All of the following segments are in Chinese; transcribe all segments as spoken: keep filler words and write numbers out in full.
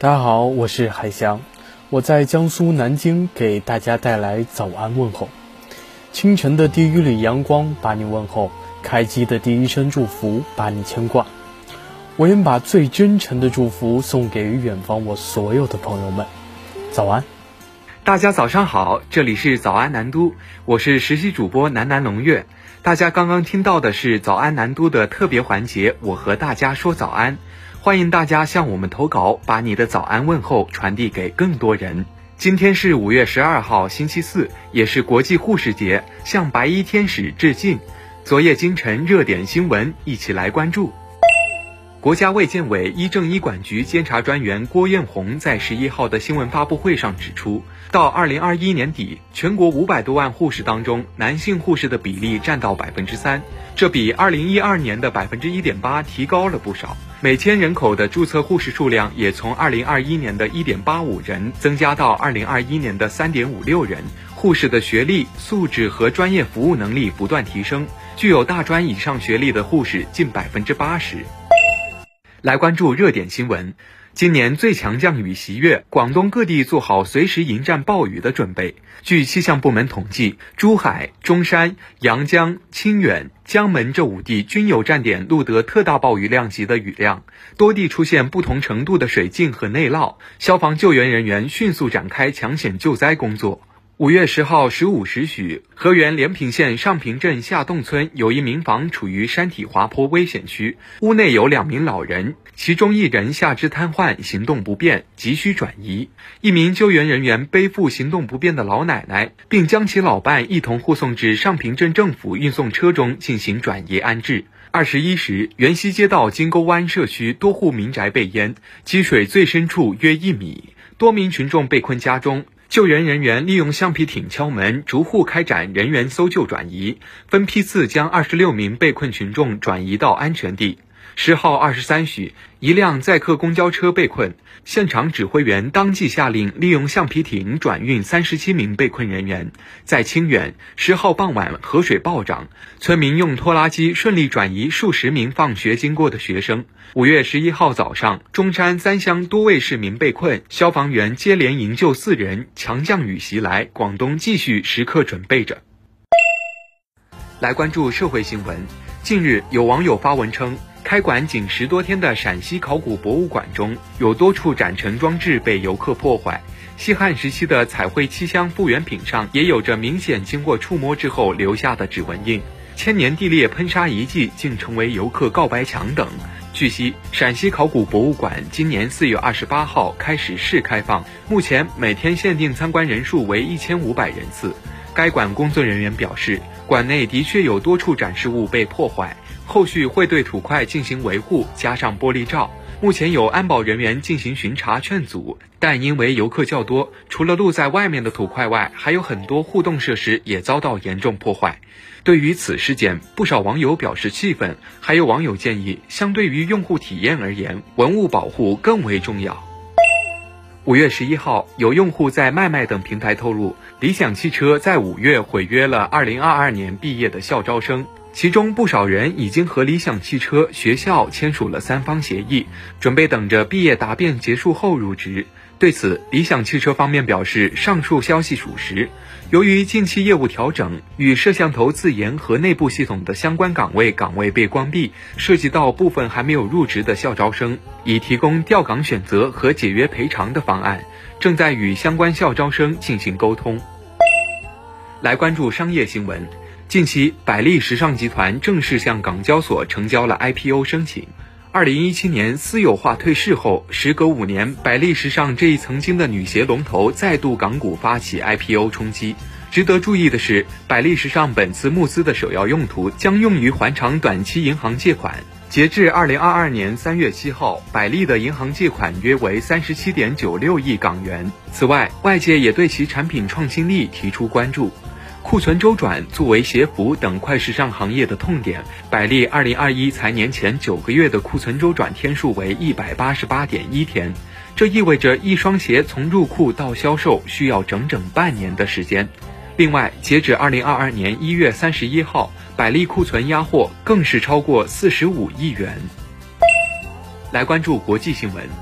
大家好，我是海翔，我在江苏南京给大家带来早安问候。清晨的第一缕阳光把你问候，开机的第一声祝福把你牵挂。我愿把最真诚的祝福送给远方我所有的朋友们。早安。 大家早上好，这里是早安南都，我是实习主播南南龙月。大家刚刚听到的是早安南都的特别环节，我和大家说早安。欢迎大家向我们投稿，把你的早安问候传递给更多人。今天是五月十二号星期四，也是国际护士节，向白衣天使致敬。昨夜今晨热点新闻，一起来关注。国家卫健委医政医管局监察专员郭艳红在十一号的新闻发布会上指出，到二零二一年底，全国五百多万护士当中，男性护士的比例占到百分之三，这比二零一二年的百分之一点八提高了不少。每千人口的注册护士数量也从二零二一年的一点八五人增加到二零二一年的三点五六人。护士的学历、素质和专业服务能力不断提升，具有大专以上学历的护士近百分之八十。来关注热点新闻。今年最强降雨袭月，广东各地做好随时迎战暴雨的准备。据气象部门统计，珠海、中山、阳江、清远、江门这五地均有站点录得特大暴雨量级的雨量，多地出现不同程度的水浸和内涝，消防救援人员迅速展开抢险救灾工作。五月十号十五时许，河源连平县上平镇下洞村有一民房处于山体滑坡危险区，屋内有两名老人，其中一人下肢瘫痪，行动不便，急需转移。一名救援人员背负行动不便的老奶奶，并将其老伴一同护送至上平镇政府运送车中进行转移安置。二十一时，元溪街道金沟湾社区多户民宅被淹，积水最深处约一米，多名群众被困家中。救援人员利用橡皮艇敲门，逐户开展人员搜救转移，分批次将二十六名被困群众转移到安全地。十号二十三许，一辆载客公交车被困，现场指挥员当即下令利用橡皮艇转运三十七名被困人员。在清远，十号傍晚河水暴涨，村民用拖拉机顺利转移数十名放学经过的学生。五月十一号早上，中山三乡多位市民被困，消防员接连营救四人。强降雨袭来，广东继续时刻准备着。来关注社会新闻。近日，有网友发文称，开馆仅十多天的陕西考古博物馆中有多处展陈装置被游客破坏，西汉时期的彩绘漆箱复原品上也有着明显经过触摸之后留下的指纹印，千年地裂喷砂遗迹竟成为游客告白墙等。据悉，陕西考古博物馆今年四月二十八号开始试开放，目前每天限定参观人数为一千五百人次。该馆工作人员表示，馆内的确有多处展示物被破坏，后续会对土块进行维护，加上玻璃罩。目前有安保人员进行巡查劝阻，但因为游客较多，除了露在外面的土块外，还有很多互动设施也遭到严重破坏。对于此事件，不少网友表示气愤，还有网友建议，相对于用户体验而言，文物保护更为重要。五月十一号，有用户在卖卖等平台透露，理想汽车在五月毁约了二零二二年毕业的校招生，其中不少人已经和理想汽车、学校签署了三方协议，准备等着毕业答辩结束后入职。对此，理想汽车方面表示，上述消息属实。由于近期业务调整，与摄像头自研和内部系统的相关岗位岗位被关闭，涉及到部分还没有入职的校招生，已提供调岗选择和解约赔偿的方案，正在与相关校招生进行沟通。来关注商业新闻。近期，百丽时尚集团正式向港交所呈交了 I P O 申请。二零一七年私有化退市后，时隔五年，百丽时尚这一曾经的女鞋龙头再度港股发起 I P O 冲击。值得注意的是，百丽时尚本次募资的首要用途将用于还偿短期银行借款。截至二零二二年三月七号，百丽的银行借款约为三十七点九六亿港元。此外，外界也对其产品创新力提出关注。库存周转作为鞋服等快时尚行业的痛点，百丽二零二一财年前九个月的库存周转天数为一百八十八点一天，这意味着一双鞋从入库到销售需要整整半年的时间。另外，截止二零二二年一月三十一号，百丽库存压货更是超过四十五亿元。来关注国际新闻。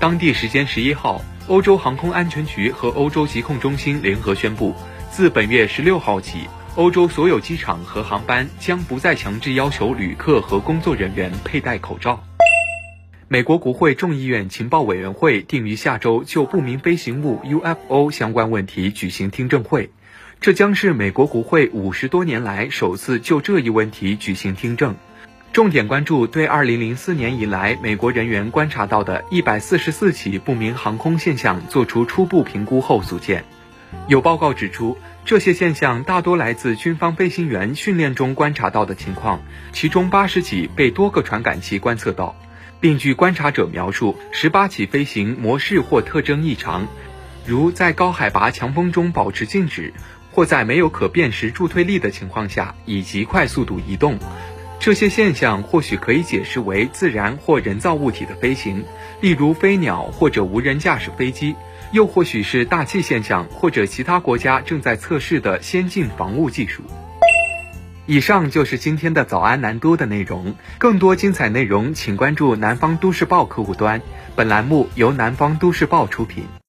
当地时间十一号，欧洲航空安全局和欧洲疾控中心联合宣布，自本月十六号起，欧洲所有机场和航班将不再强制要求旅客和工作人员佩戴口罩。美国国会众议院情报委员会定于下周就不明飞行物 U F O 相关问题举行听证会，这将是美国国会五十多年来首次就这一问题举行听证。重点关注对二零零四年以来美国人员观察到的一百四十四起不明航空现象做出初步评估后所见。有报告指出，这些现象大多来自军方飞行员训练中观察到的情况，其中八十起被多个传感器观测到，并据观察者描述，十八起飞行模式或特征异常，如在高海拔强风中保持静止，或在没有可辨识助推力的情况下以极快速度移动。这些现象或许可以解释为自然或人造物体的飞行，例如飞鸟或者无人驾驶飞机，又或许是大气现象或者其他国家正在测试的先进防务技术。以上就是今天的早安南都的内容，更多精彩内容请关注南方都市报客户端，本栏目由南方都市报出品。